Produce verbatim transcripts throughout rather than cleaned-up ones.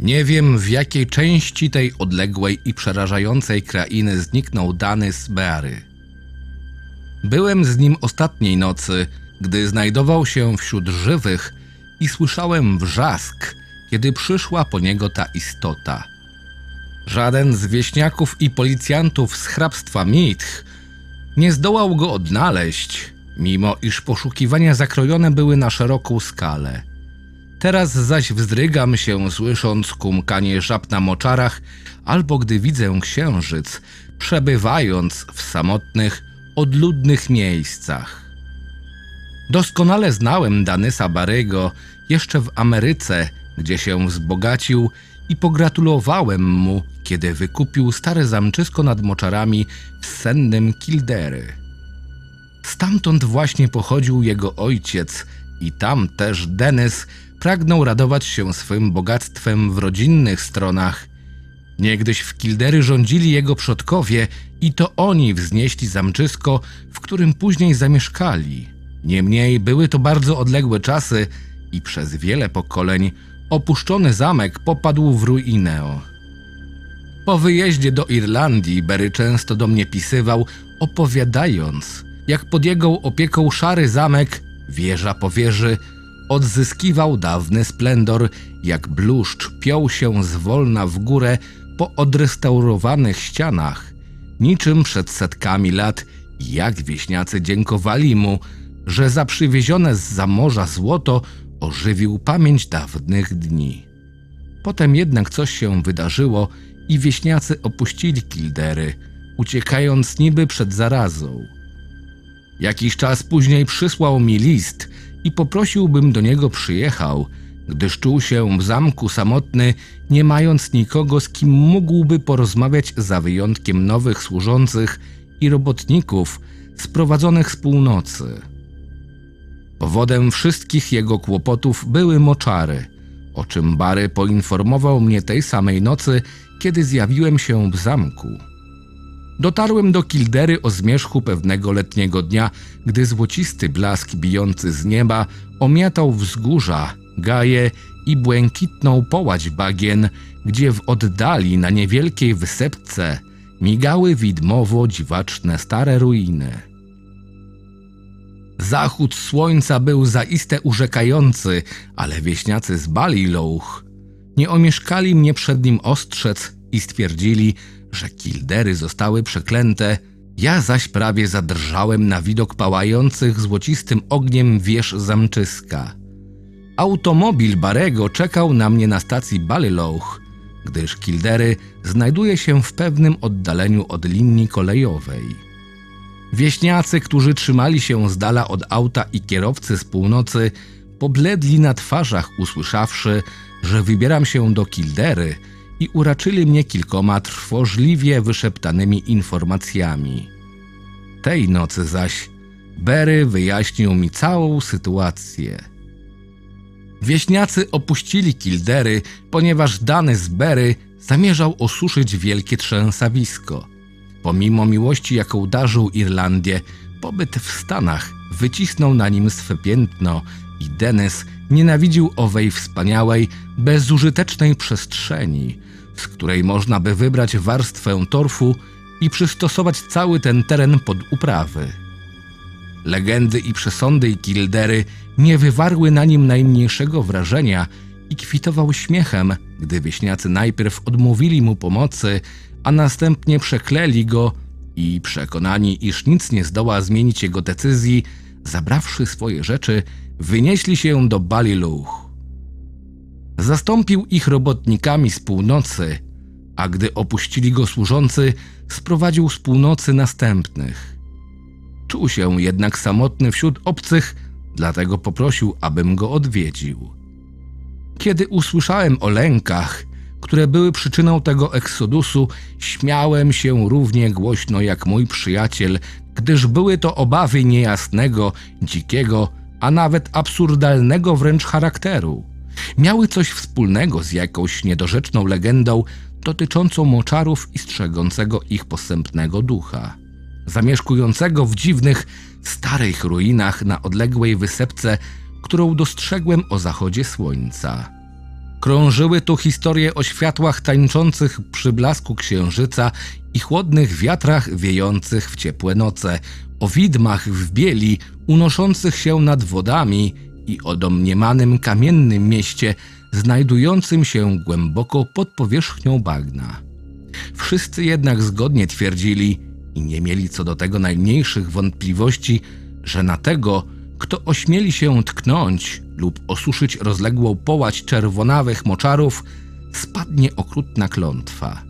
Nie wiem, w jakiej części tej odległej i przerażającej krainy zniknął Dennis Berry. Byłem z nim ostatniej nocy, gdy znajdował się wśród żywych i słyszałem wrzask, kiedy przyszła po niego ta istota. Żaden z wieśniaków i policjantów z hrabstwa Meath nie zdołał go odnaleźć, mimo iż poszukiwania zakrojone były na szeroką skalę. Teraz zaś wzdrygam się, słysząc kumkanie żab na moczarach, albo gdy widzę księżyc, przebywając w samotnych, odludnych miejscach. Doskonale znałem Dennisa Barry'ego jeszcze w Ameryce, gdzie się wzbogacił, i pogratulowałem mu, kiedy wykupił stare zamczysko nad moczarami w sennym Kildary. Stamtąd właśnie pochodził jego ojciec i tam też Dennis pragnął radować się swym bogactwem w rodzinnych stronach. Niegdyś w Kildary rządzili jego przodkowie i to oni wznieśli zamczysko, w którym później zamieszkali. Niemniej były to bardzo odległe czasy i przez wiele pokoleń opuszczony zamek popadł w ruinę. Po wyjeździe do Irlandii Berry często do mnie pisywał, opowiadając, jak pod jego opieką szary zamek, wieża po wieży, odzyskiwał dawny splendor, jak bluszcz piął się zwolna w górę po odrestaurowanych ścianach, niczym przed setkami lat, jak wieśniacy dziękowali mu, że za przywiezione zza morza złoto ożywił pamięć dawnych dni. Potem jednak coś się wydarzyło i wieśniacy opuścili Kildary, uciekając niby przed zarazą. Jakiś czas później przysłał mi list i poprosił, bym do niego przyjechał, gdyż czuł się w zamku samotny, nie mając nikogo, z kim mógłby porozmawiać, za wyjątkiem nowych służących i robotników sprowadzonych z północy. Powodem wszystkich jego kłopotów były moczary, o czym Barry poinformował mnie tej samej nocy, kiedy zjawiłem się w zamku. Dotarłem do Kildary o zmierzchu pewnego letniego dnia, gdy złocisty blask bijący z nieba omiatał wzgórza, gaje i błękitną połać bagien, gdzie w oddali na niewielkiej wysepce migały widmowo dziwaczne stare ruiny. Zachód słońca był zaiste urzekający, ale wieśniacy z Ballylough nie omieszkali mnie przed nim ostrzec i stwierdzili, że Kildary zostały przeklęte. Ja zaś prawie zadrżałem na widok pałających złocistym ogniem wież zamczyska. Automobil Barry'ego czekał na mnie na stacji Ballylough, gdyż Kildary znajduje się w pewnym oddaleniu od linii kolejowej. Wieśniacy, którzy trzymali się z dala od auta i kierowcy z północy, pobledli na twarzach, usłyszawszy, że wybieram się do Kildary, i uraczyli mnie kilkoma trwożliwie wyszeptanymi informacjami. Tej nocy zaś Berry wyjaśnił mi całą sytuację. Wieśniacy opuścili Kildary, ponieważ Dennis Berry zamierzał osuszyć wielkie trzęsawisko. Pomimo miłości, jaką darzył Irlandię, pobyt w Stanach wycisnął na nim swe piętno i Dennis nienawidził owej wspaniałej, bezużytecznej przestrzeni, z której można by wybrać warstwę torfu i przystosować cały ten teren pod uprawy. Legendy i przesądy Kildary nie wywarły na nim najmniejszego wrażenia i kwitował śmiechem, gdy wieśniacy najpierw odmówili mu pomocy, a następnie przeklęli go i, przekonani, iż nic nie zdoła zmienić jego decyzji, zabrawszy swoje rzeczy, wynieśli się do Ballylough. Zastąpił ich robotnikami z północy, a gdy opuścili go służący, sprowadził z północy następnych. Czuł się jednak samotny wśród obcych, dlatego poprosił, abym go odwiedził. Kiedy usłyszałem o lękach, które były przyczyną tego eksodusu, śmiałem się równie głośno jak mój przyjaciel, gdyż były to obawy niejasnego, dzikiego, a nawet absurdalnego wręcz charakteru. Miały coś wspólnego z jakąś niedorzeczną legendą dotyczącą moczarów i strzegącego ich posępnego ducha, zamieszkującego w dziwnych, starych ruinach na odległej wysepce, którą dostrzegłem o zachodzie słońca. Krążyły tu historie o światłach tańczących przy blasku księżyca i chłodnych wiatrach wiejących w ciepłe noce, o widmach w bieli unoszących się nad wodami i o domniemanym kamiennym mieście znajdującym się głęboko pod powierzchnią bagna. Wszyscy jednak zgodnie twierdzili i nie mieli co do tego najmniejszych wątpliwości, że na tego, kto ośmieli się tknąć lub osuszyć rozległą połać czerwonawych moczarów, spadnie okrutna klątwa.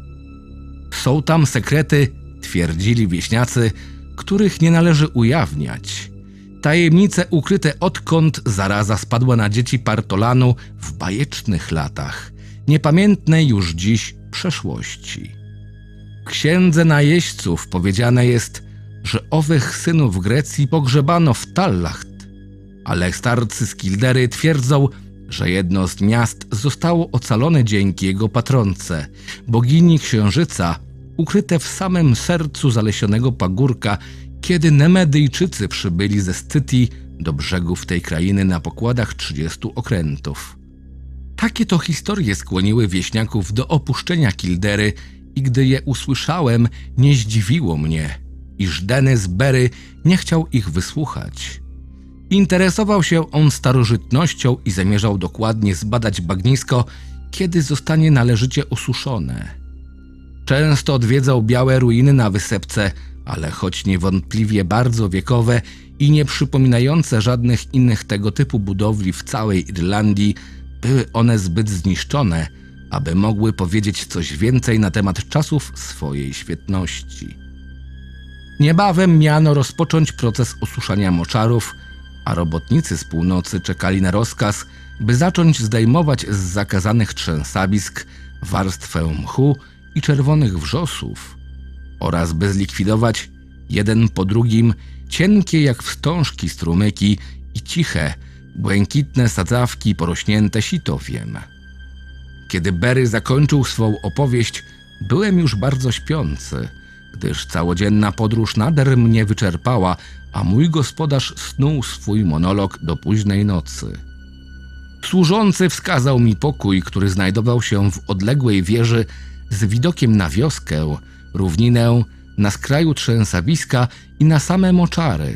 Są tam sekrety, twierdzili wieśniacy, których nie należy ujawniać. Tajemnice ukryte odkąd zaraza spadła na dzieci Partolanu w bajecznych latach, niepamiętnej już dziś przeszłości. W księdze najeźdźców powiedziane jest, że owych synów Grecji pogrzebano w Tallacht, ale starcy z Kildery twierdzą, że jedno z miast zostało ocalone dzięki jego patronce, bogini księżyca, ukryte w samym sercu zalesionego pagórka, kiedy Nemedyjczycy przybyli ze Scytii do brzegów tej krainy na pokładach trzydziestu okrętów. Takie to historie skłoniły wieśniaków do opuszczenia Kildery i gdy je usłyszałem, nie zdziwiło mnie, iż Denis Berry nie chciał ich wysłuchać. Interesował się on starożytnością i zamierzał dokładnie zbadać bagnisko, kiedy zostanie należycie osuszone. Często odwiedzał białe ruiny na wysepce, ale choć niewątpliwie bardzo wiekowe i nie przypominające żadnych innych tego typu budowli w całej Irlandii, były one zbyt zniszczone, aby mogły powiedzieć coś więcej na temat czasów swojej świetności. Niebawem miano rozpocząć proces osuszania moczarów, a robotnicy z północy czekali na rozkaz, by zacząć zdejmować z zakazanych trzęsawisk warstwę mchu i czerwonych wrzosów oraz by zlikwidować jeden po drugim cienkie jak wstążki strumyki i ciche, błękitne sadzawki porośnięte sitowiem. Kiedy Berry zakończył swą opowieść, byłem już bardzo śpiący, gdyż całodzienna podróż nader mnie wyczerpała, a mój gospodarz snuł swój monolog do późnej nocy. Służący wskazał mi pokój, który znajdował się w odległej wieży z widokiem na wioskę, równinę, na skraju trzęsawiska i na same moczary.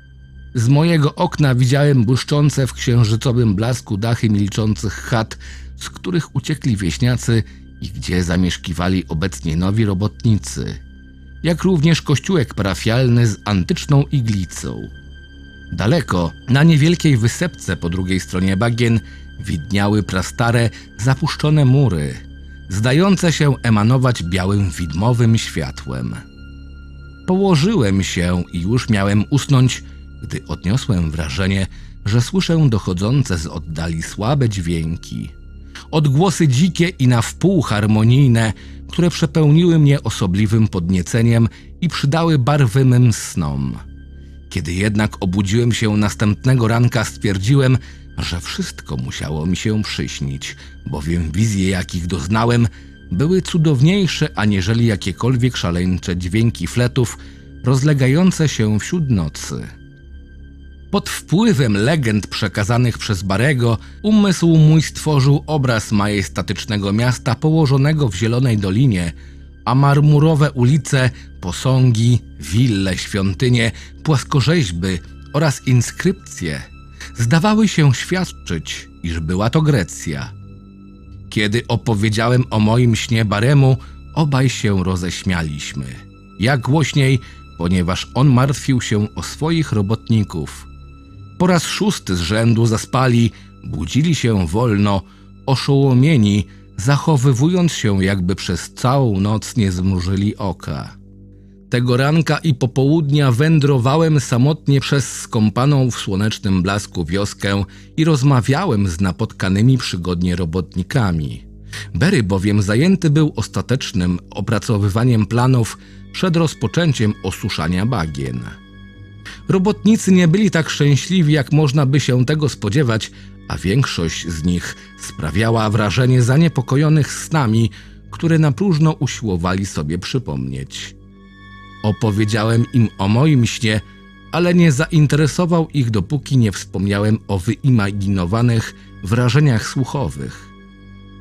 Z mojego okna widziałem błyszczące w księżycowym blasku dachy milczących chat, z których uciekli wieśniacy i gdzie zamieszkiwali obecnie nowi robotnicy, jak również kościółek parafialny z antyczną iglicą. Daleko, na niewielkiej wysepce po drugiej stronie bagien, widniały prastare, zapuszczone mury, zdające się emanować białym widmowym światłem. Położyłem się i już miałem usnąć, gdy odniosłem wrażenie, że słyszę dochodzące z oddali słabe dźwięki. Odgłosy dzikie i na wpół harmonijne, które przepełniły mnie osobliwym podnieceniem i przydały barwy mym snom. Kiedy jednak obudziłem się następnego ranka, stwierdziłem, że wszystko musiało mi się przyśnić, bowiem wizje, jakich doznałem, były cudowniejsze aniżeli jakiekolwiek szaleńcze dźwięki fletów rozlegające się wśród nocy. Pod wpływem legend przekazanych przez Barrego umysł mój stworzył obraz majestatycznego miasta położonego w zielonej dolinie, a marmurowe ulice, posągi, wille, świątynie, płaskorzeźby oraz inskrypcje zdawały się świadczyć, iż była to Grecja. Kiedy opowiedziałem o moim śnie Barremu, obaj się roześmialiśmy. Ja głośniej, ponieważ on martwił się o swoich robotników. Po raz szósty z rzędu zaspali, budzili się wolno, oszołomieni, zachowywując się, jakby przez całą noc nie zmrużyli oka. Tego ranka i popołudnia wędrowałem samotnie przez skąpaną w słonecznym blasku wioskę i rozmawiałem z napotkanymi przygodnie robotnikami. Berry bowiem zajęty był ostatecznym opracowywaniem planów przed rozpoczęciem osuszania bagien. Robotnicy nie byli tak szczęśliwi, jak można by się tego spodziewać, a większość z nich sprawiała wrażenie zaniepokojonych snami, które na próżno usiłowali sobie przypomnieć. Opowiedziałem im o moim śnie, ale nie zainteresował ich, dopóki nie wspomniałem o wyimaginowanych wrażeniach słuchowych.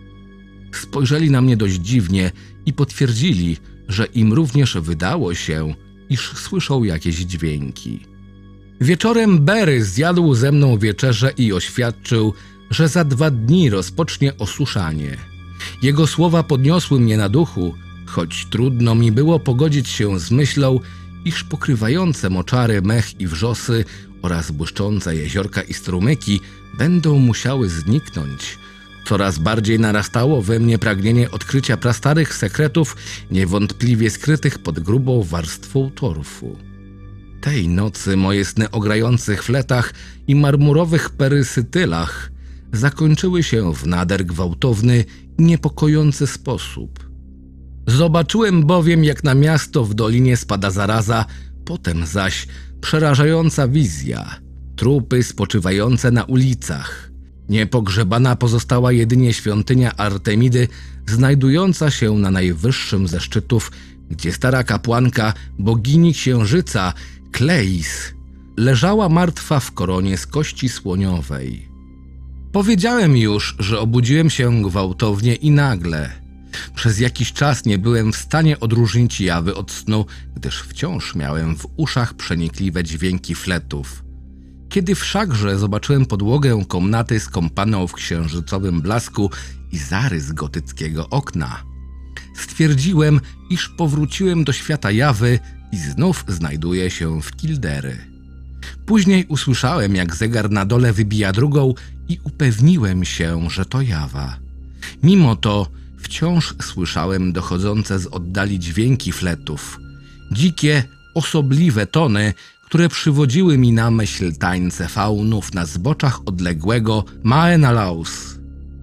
Spojrzeli na mnie dość dziwnie i potwierdzili, że im również wydało się, iż słyszą jakieś dźwięki. Wieczorem Barry zjadł ze mną wieczerzę i oświadczył, że za dwa dni rozpocznie osuszanie. Jego słowa podniosły mnie na duchu, choć trudno mi było pogodzić się z myślą, iż pokrywające moczary mech i wrzosy oraz błyszczące jeziorka i strumyki będą musiały zniknąć. Coraz bardziej narastało we mnie pragnienie odkrycia prastarych sekretów, niewątpliwie skrytych pod grubą warstwą torfu. Tej nocy moje sny o grających fletach i marmurowych perysytylach zakończyły się w nader gwałtowny i niepokojący sposób. Zobaczyłem bowiem, jak na miasto w dolinie spada zaraza, potem zaś przerażająca wizja, trupy spoczywające na ulicach. Niepogrzebana pozostała jedynie świątynia Artemidy, znajdująca się na najwyższym ze szczytów, gdzie stara kapłanka, bogini księżyca, Kleis, leżała martwa w koronie z kości słoniowej. Powiedziałem już, że obudziłem się gwałtownie i nagle. Przez jakiś czas nie byłem w stanie odróżnić jawy od snu, gdyż wciąż miałem w uszach przenikliwe dźwięki fletów. Kiedy wszakże zobaczyłem podłogę komnaty skąpaną w księżycowym blasku i zarys gotyckiego okna, stwierdziłem, iż powróciłem do świata jawy i znów znajduję się w Kildary. Później usłyszałem, jak zegar na dole wybija drugą i upewniłem się, że to jawa. Mimo to wciąż słyszałem dochodzące z oddali dźwięki fletów, dzikie, osobliwe tony, które przywodziły mi na myśl tańce faunów na zboczach odległego Maenalaus.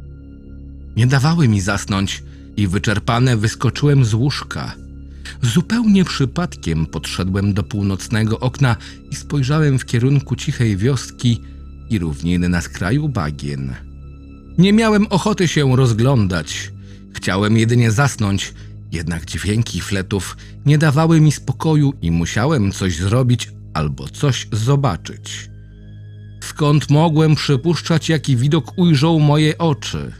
Nie dawały mi zasnąć i wyczerpany wyskoczyłem z łóżka. Zupełnie przypadkiem podszedłem do północnego okna i spojrzałem w kierunku cichej wioski i równiny na skraju bagien. Nie miałem ochoty się rozglądać. Chciałem jedynie zasnąć, jednak dźwięki fletów nie dawały mi spokoju i musiałem coś zrobić albo coś zobaczyć. Skąd mogłem przypuszczać, jaki widok ujrzą moje oczy?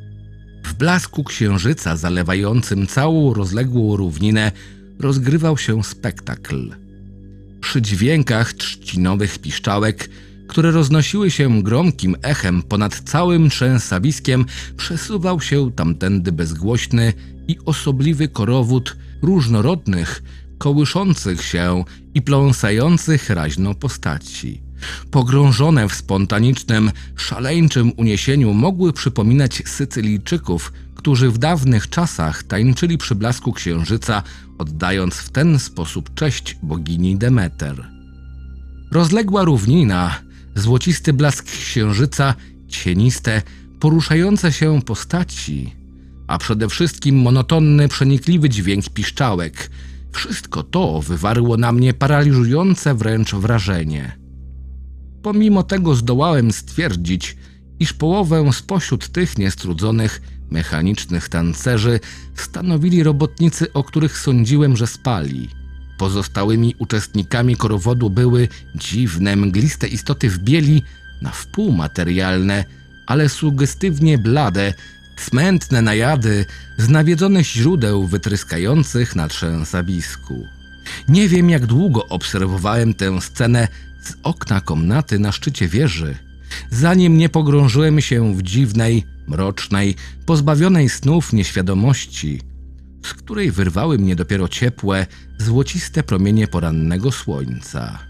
W blasku księżyca zalewającym całą rozległą równinę rozgrywał się spektakl. Przy dźwiękach trzcinowych piszczałek, które roznosiły się gromkim echem ponad całym trzęsawiskiem, przesuwał się tamtędy bezgłośny i osobliwy korowód różnorodnych, kołyszących się i pląsających raźno postaci. Pogrążone w spontanicznym, szaleńczym uniesieniu mogły przypominać Sycylijczyków, którzy w dawnych czasach tańczyli przy blasku księżyca, oddając w ten sposób cześć bogini Demeter. Rozległa równina, złocisty blask księżyca, cieniste, poruszające się postaci, a przede wszystkim monotonny, przenikliwy dźwięk piszczałek. Wszystko to wywarło na mnie paraliżujące wręcz wrażenie. Pomimo tego zdołałem stwierdzić, iż połowę spośród tych niestrudzonych, mechanicznych tancerzy stanowili robotnicy, o których sądziłem, że spali. Pozostałymi uczestnikami korowodu były dziwne, mgliste istoty w bieli, na wpół materialne, ale sugestywnie blade, smętne najady z nawiedzonych źródeł wytryskających na trzęsawisku. Nie wiem, jak długo obserwowałem tę scenę z okna komnaty na szczycie wieży, zanim nie pogrążyłem się w dziwnej, mrocznej, pozbawionej snów nieświadomości, z której wyrwały mnie dopiero ciepłe, złociste promienie porannego słońca.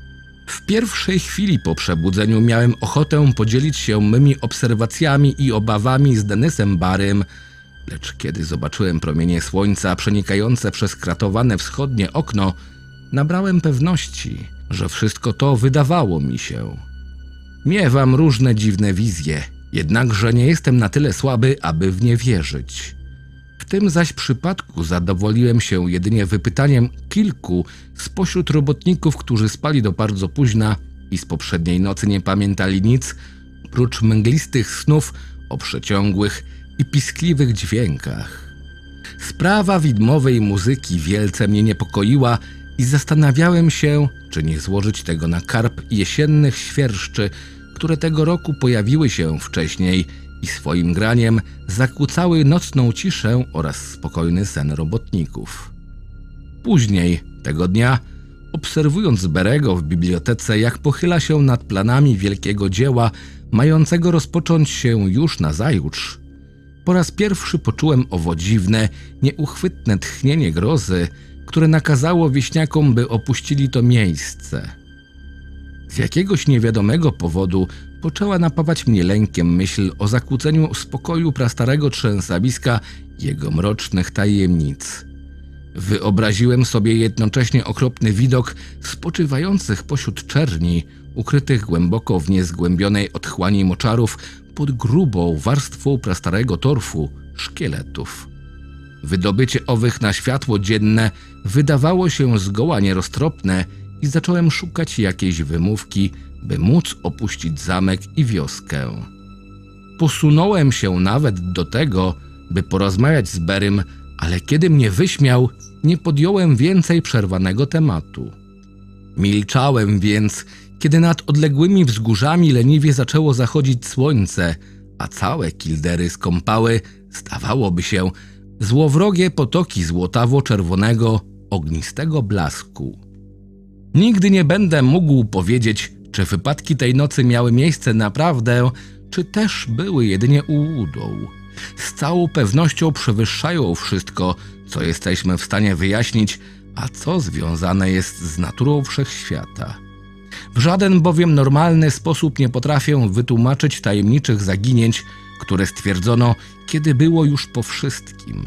W pierwszej chwili po przebudzeniu miałem ochotę podzielić się mymi obserwacjami i obawami z Denysem Barrym, lecz kiedy zobaczyłem promienie słońca przenikające przez kratowane wschodnie okno, nabrałem pewności, że wszystko to wydawało mi się. Miewam różne dziwne wizje, jednakże nie jestem na tyle słaby, aby w nie wierzyć. W tym zaś przypadku zadowoliłem się jedynie wypytaniem kilku spośród robotników, którzy spali do bardzo późna i z poprzedniej nocy nie pamiętali nic, prócz mglistych snów o przeciągłych i piskliwych dźwiękach. Sprawa widmowej muzyki wielce mnie niepokoiła i zastanawiałem się, czy nie złożyć tego na karb jesiennych świerszczy, które tego roku pojawiły się wcześniej i swoim graniem zakłócały nocną ciszę oraz spokojny sen robotników. Później tego dnia, obserwując Berego w bibliotece, jak pochyla się nad planami wielkiego dzieła, mającego rozpocząć się już nazajutrz, po raz pierwszy poczułem owo dziwne, nieuchwytne tchnienie grozy, które nakazało wieśniakom, by opuścili to miejsce. Z jakiegoś niewiadomego powodu poczęła napawać mnie lękiem myśl o zakłóceniu spokoju prastarego trzęsawiska i jego mrocznych tajemnic. Wyobraziłem sobie jednocześnie okropny widok spoczywających pośród czerni, ukrytych głęboko w niezgłębionej otchłani moczarów pod grubą warstwą prastarego torfu, szkieletów. Wydobycie owych na światło dzienne wydawało się zgoła nieroztropne i zacząłem szukać jakiejś wymówki, by móc opuścić zamek i wioskę. Posunąłem się nawet do tego, by porozmawiać z Berym, ale kiedy mnie wyśmiał, nie podjąłem więcej przerwanego tematu. Milczałem więc, kiedy nad odległymi wzgórzami leniwie zaczęło zachodzić słońce, a całe Kildery skąpały, zdawałoby się, złowrogie potoki złotawo-czerwonego, ognistego blasku. Nigdy nie będę mógł powiedzieć, czy wypadki tej nocy miały miejsce naprawdę, czy też były jedynie ułudą. Z całą pewnością przewyższają wszystko, co jesteśmy w stanie wyjaśnić, a co związane jest z naturą wszechświata. W żaden bowiem normalny sposób nie potrafię wytłumaczyć tajemniczych zaginięć, które stwierdzono, kiedy było już po wszystkim.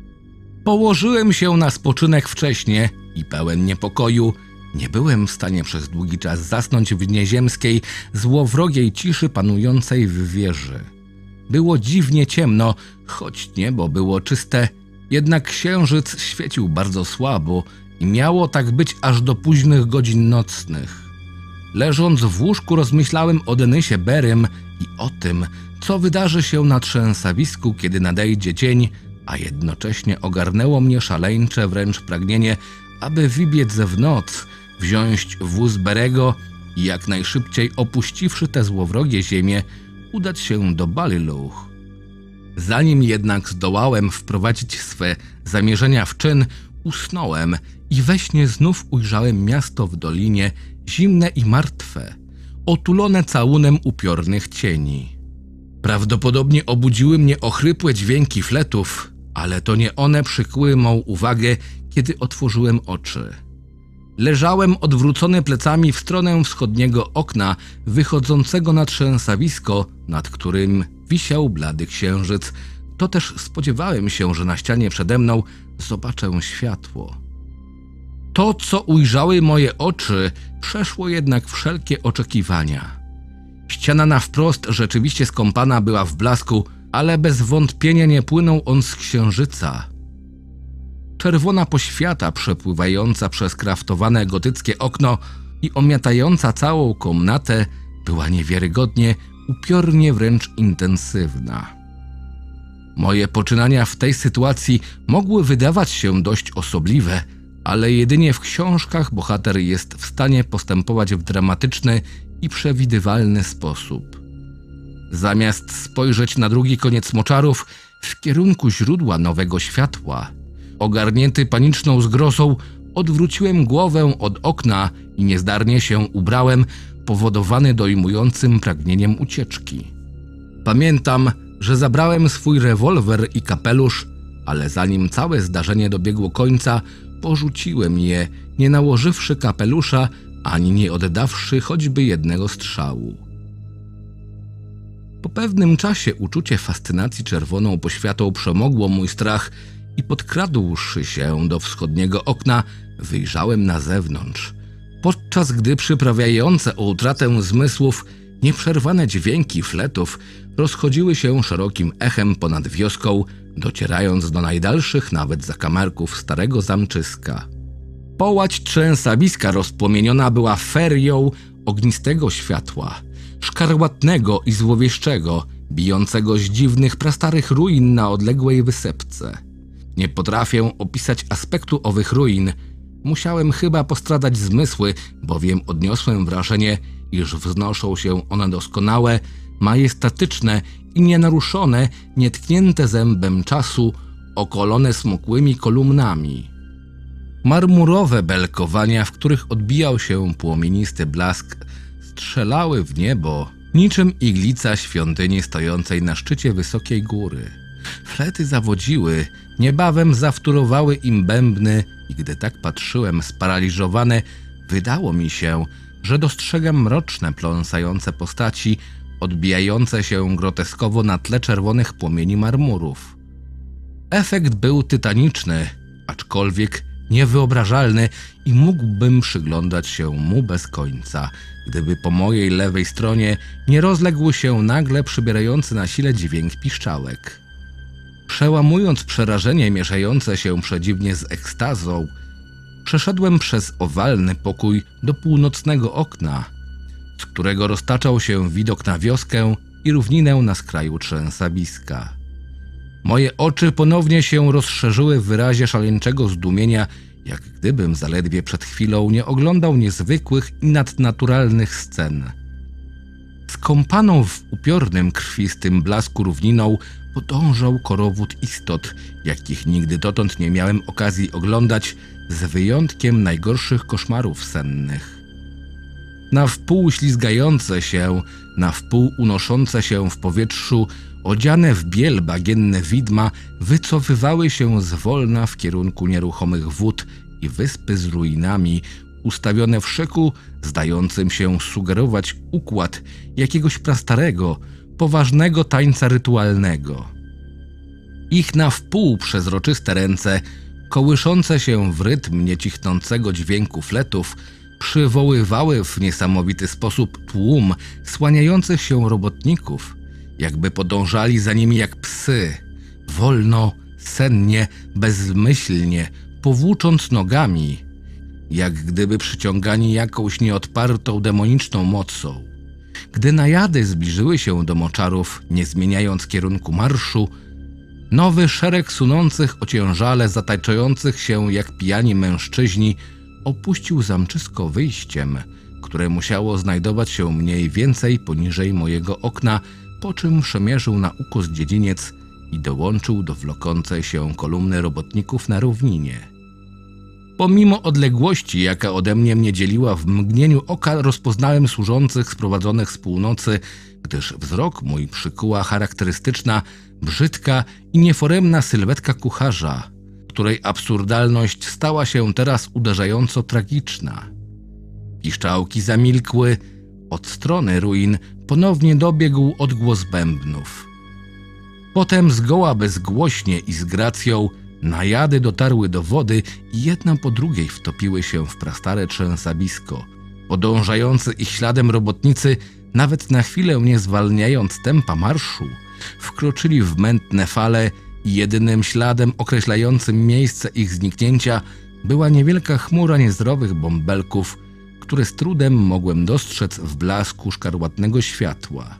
Położyłem się na spoczynek wcześnie i pełen niepokoju. Nie byłem w stanie przez długi czas zasnąć w nieziemskiej, złowrogiej ciszy panującej w wieży. Było dziwnie ciemno, choć niebo było czyste, jednak księżyc świecił bardzo słabo i miało tak być aż do późnych godzin nocnych. Leżąc w łóżku, rozmyślałem o Denysie Berym i o tym, co wydarzy się na trzęsawisku, kiedy nadejdzie dzień, a jednocześnie ogarnęło mnie szaleńcze wręcz pragnienie, aby wybiec w noc, wziąć wóz Berego i jak najszybciej opuściwszy te złowrogie ziemie, udać się do Ballylough. Zanim jednak zdołałem wprowadzić swe zamierzenia w czyn, usnąłem i we śnie znów ujrzałem miasto w dolinie, zimne i martwe, otulone całunem upiornych cieni. Prawdopodobnie obudziły mnie ochrypłe dźwięki fletów, ale to nie one przykuły mą uwagę, kiedy otworzyłem oczy. Leżałem odwrócony plecami w stronę wschodniego okna wychodzącego na trzęsawisko, nad którym wisiał blady księżyc. To też spodziewałem się, że na ścianie przede mną zobaczę światło. To, co ujrzały moje oczy, przeszło jednak wszelkie oczekiwania. Ściana na wprost rzeczywiście skąpana była w blasku, ale bez wątpienia nie płynął on z księżyca. Czerwona poświata przepływająca przez kraftowane gotyckie okno i omiatająca całą komnatę była niewiarygodnie, upiornie wręcz intensywna. Moje poczynania w tej sytuacji mogły wydawać się dość osobliwe, ale jedynie w książkach bohater jest w stanie postępować w dramatyczny i przewidywalny sposób. Zamiast spojrzeć na drugi koniec moczarów w kierunku źródła nowego światła, ogarnięty paniczną zgrozą, odwróciłem głowę od okna i niezdarnie się ubrałem, powodowany dojmującym pragnieniem ucieczki. Pamiętam, że zabrałem swój rewolwer i kapelusz, ale zanim całe zdarzenie dobiegło końca, porzuciłem je, nie nałożywszy kapelusza, ani nie oddawszy choćby jednego strzału. Po pewnym czasie uczucie fascynacji czerwoną poświatą przemogło mój strach i podkradłszy się do wschodniego okna, wyjrzałem na zewnątrz, podczas gdy przyprawiające o utratę zmysłów nieprzerwane dźwięki fletów rozchodziły się szerokim echem ponad wioską, docierając do najdalszych nawet zakamarków starego zamczyska. Połać trzęsawiska rozpłomieniona była ferią ognistego światła, szkarłatnego i złowieszczego, bijącego z dziwnych prastarych ruin na odległej wysepce. Nie potrafię opisać aspektu owych ruin. Musiałem chyba postradać zmysły, bowiem odniosłem wrażenie, iż wznoszą się one doskonałe, majestatyczne i nienaruszone, nietknięte zębem czasu, okolone smukłymi kolumnami. Marmurowe belkowania, w których odbijał się płomienisty blask, strzelały w niebo, niczym iglica świątyni stojącej na szczycie wysokiej góry. Flety zawodziły, niebawem zawtórowały im bębny i gdy tak patrzyłem sparaliżowany, wydało mi się, że dostrzegam mroczne, pląsające postaci, odbijające się groteskowo na tle czerwonych płomieni marmurów. Efekt był tytaniczny, aczkolwiek niewyobrażalny i mógłbym przyglądać się mu bez końca, gdyby po mojej lewej stronie nie rozległ się nagle przybierający na sile dźwięk piszczałek. Przełamując przerażenie mieszające się przedziwnie z ekstazą, przeszedłem przez owalny pokój do północnego okna, z którego roztaczał się widok na wioskę i równinę na skraju trzęsawiska. Moje oczy ponownie się rozszerzyły w wyrazie szaleńczego zdumienia, jak gdybym zaledwie przed chwilą nie oglądał niezwykłych i nadnaturalnych scen. Skąpaną w upiornym, krwistym blasku równiną podążał korowód istot, jakich nigdy dotąd nie miałem okazji oglądać, z wyjątkiem najgorszych koszmarów sennych. Na wpół ślizgające się, na wpół unoszące się w powietrzu, odziane w biel bagienne widma wycofywały się zwolna w kierunku nieruchomych wód i wyspy z ruinami, ustawione w szyku zdającym się sugerować układ jakiegoś prastarego, poważnego tańca rytualnego. Ich na wpół przezroczyste ręce, kołyszące się w rytm niecichnącego dźwięku fletów, przywoływały w niesamowity sposób tłum słaniających się robotników, jakby podążali za nimi jak psy, wolno, sennie, bezmyślnie, powłócząc nogami, jak gdyby przyciągani jakąś nieodpartą demoniczną mocą. Gdy najady zbliżyły się do moczarów, nie zmieniając kierunku marszu, nowy szereg sunących ociężale zataczających się jak pijani mężczyźni opuścił zamczysko wyjściem, które musiało znajdować się mniej więcej poniżej mojego okna, po czym przemierzył na ukos dziedziniec i dołączył do wlokącej się kolumny robotników na równinie. Pomimo odległości, jaka ode mnie mnie dzieliła, w mgnieniu oka rozpoznałem służących sprowadzonych z północy, gdyż wzrok mój przykuła charakterystyczna, brzydka i nieforemna sylwetka kucharza, której absurdalność stała się teraz uderzająco tragiczna. Piszczałki zamilkły, od strony ruin ponownie dobiegł odgłos bębnów. Potem zgoła bezgłośnie i z gracją najady dotarły do wody i jedna po drugiej wtopiły się w prastare trzęsawisko. Podążający ich śladem robotnicy, nawet na chwilę nie zwalniając tempa marszu, wkroczyli w mętne fale i jedynym śladem określającym miejsce ich zniknięcia była niewielka chmura niezdrowych bąbelków, które z trudem mogłem dostrzec w blasku szkarłatnego światła.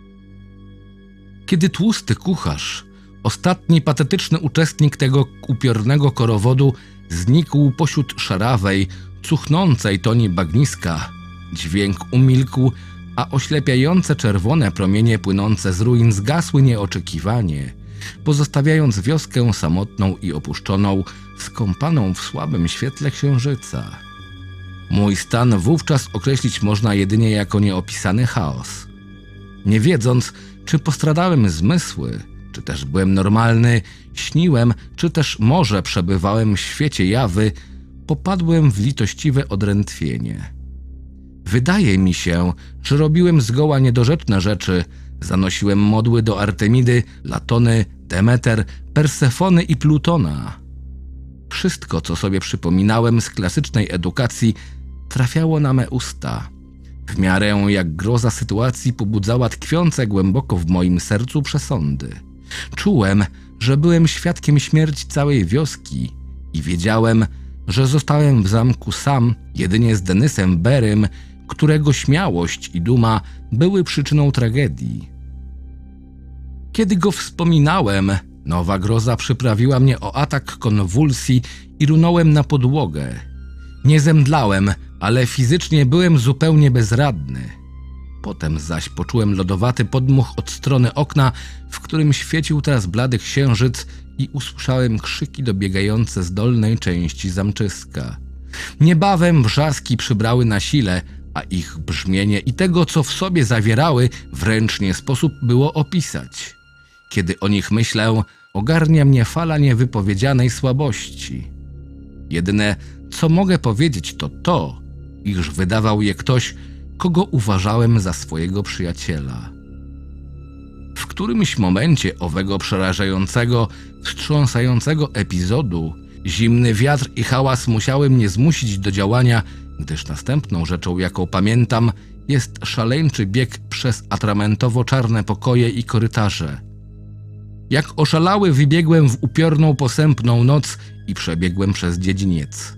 Kiedy tłusty kucharz, ostatni patetyczny uczestnik tego upiornego korowodu, znikł pośród szarawej, cuchnącej toni bagniska, dźwięk umilkł, a oślepiające czerwone promienie płynące z ruin zgasły nieoczekiwanie, pozostawiając wioskę samotną i opuszczoną, skąpaną w słabym świetle księżyca. Mój stan wówczas określić można jedynie jako nieopisany chaos. Nie wiedząc, czy postradałem zmysły, czy też byłem normalny, śniłem, czy też może przebywałem w świecie jawy, popadłem w litościwe odrętwienie. Wydaje mi się, że robiłem zgoła niedorzeczne rzeczy, zanosiłem modły do Artemidy, Latony, Demeter, Persefony i Plutona. Wszystko, co sobie przypominałem z klasycznej edukacji, trafiało na me usta, w miarę jak groza sytuacji pobudzała tkwiące głęboko w moim sercu przesądy. Czułem, że byłem świadkiem śmierci całej wioski i wiedziałem, że zostałem w zamku sam jedynie z Denysem Berym, którego śmiałość i duma były przyczyną tragedii. Kiedy go wspominałem, nowa groza przyprawiła mnie o atak konwulsji i runąłem na podłogę. Nie zemdlałem, ale fizycznie byłem zupełnie bezradny. Potem zaś poczułem lodowaty podmuch od strony okna, w którym świecił teraz blady księżyc, i usłyszałem krzyki dobiegające z dolnej części zamczyska. Niebawem wrzaski przybrały na sile, a ich brzmienie i tego, co w sobie zawierały, wręcz nie sposób było opisać. Kiedy o nich myślę, ogarnia mnie fala niewypowiedzianej słabości. Jedyne, co mogę powiedzieć, to to, iż wydawał je ktoś, kogo uważałem za swojego przyjaciela. W którymś momencie owego przerażającego, wstrząsającego epizodu zimny wiatr i hałas musiały mnie zmusić do działania, gdyż następną rzeczą, jaką pamiętam, jest szaleńczy bieg przez atramentowo-czarne pokoje i korytarze. Jak oszalały wybiegłem w upiorną, posępną noc i przebiegłem przez dziedziniec.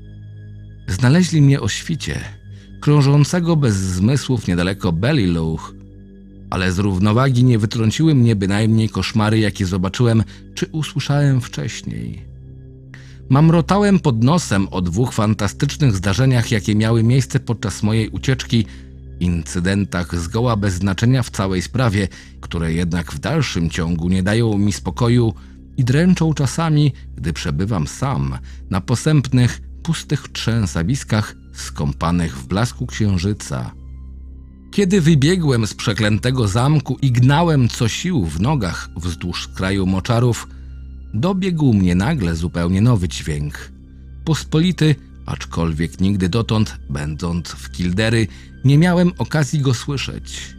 Znaleźli mnie o świcie, krążącego bez zmysłów niedaleko Ballylough, ale z równowagi nie wytrąciły mnie bynajmniej koszmary, jakie zobaczyłem czy usłyszałem wcześniej. Mamrotałem pod nosem o dwóch fantastycznych zdarzeniach, jakie miały miejsce podczas mojej ucieczki, incydentach zgoła bez znaczenia w całej sprawie, które jednak w dalszym ciągu nie dają mi spokoju i dręczą czasami, gdy przebywam sam na posępnych, pustych trzęsawiskach skąpanych w blasku księżyca. Kiedy wybiegłem z przeklętego zamku i gnałem co sił w nogach wzdłuż kraju moczarów, dobiegł mnie nagle zupełnie nowy dźwięk. Pospolity, aczkolwiek nigdy dotąd, będąc w Kildary, nie miałem okazji go słyszeć.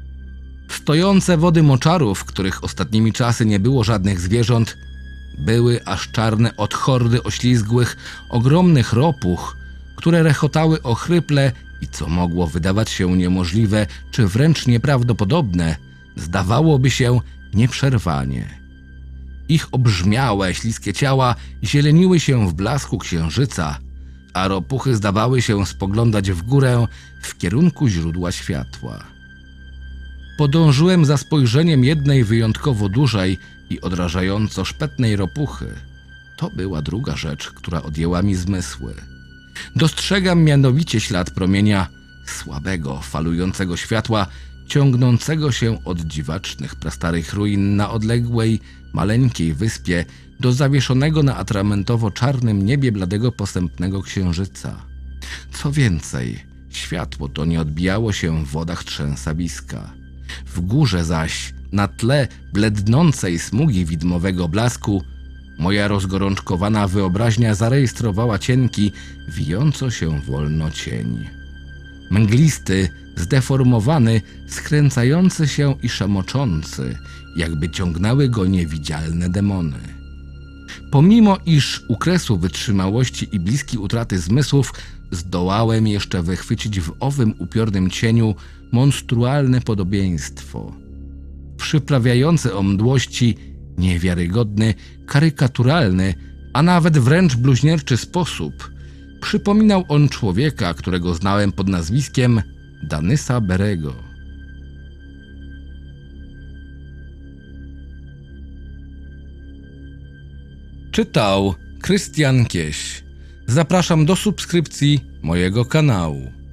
Stojące wody moczarów, w których ostatnimi czasy nie było żadnych zwierząt, były aż czarne od hordy oślizgłych, ogromnych ropuch, które rechotały ochryple i, co mogło wydawać się niemożliwe czy wręcz nieprawdopodobne, zdawałoby się nieprzerwanie. Ich obrzmiałe, śliskie ciała zieleniły się w blasku księżyca, a ropuchy zdawały się spoglądać w górę w kierunku źródła światła. Podążyłem za spojrzeniem jednej wyjątkowo dużej i odrażająco szpetnej ropuchy. To była druga rzecz, która odjęła mi zmysły. Dostrzegam mianowicie ślad promienia, słabego, falującego światła, ciągnącego się od dziwacznych, prastarych ruin na odległej, maleńkiej wyspie do zawieszonego na atramentowo-czarnym niebie bladego posępnego księżyca. Co więcej, światło to nie odbijało się w wodach trzęsawiska. W górze zaś, na tle blednącej smugi widmowego blasku, moja rozgorączkowana wyobraźnia zarejestrowała cienki, wijąco się wolno cień. Mglisty, zdeformowany, skręcający się i szamoczący, jakby ciągnęły go niewidzialne demony. Pomimo iż u kresu wytrzymałości i bliskiej utraty zmysłów, zdołałem jeszcze wychwycić w owym upiornym cieniu monstrualne podobieństwo. Przyprawiające o mdłości, niewiarygodny, karykaturalny, a nawet wręcz bluźnierczy sposób, przypominał on człowieka, którego znałem pod nazwiskiem Danysa Berego. Czytał Krystian Kieś. Zapraszam do subskrypcji mojego kanału.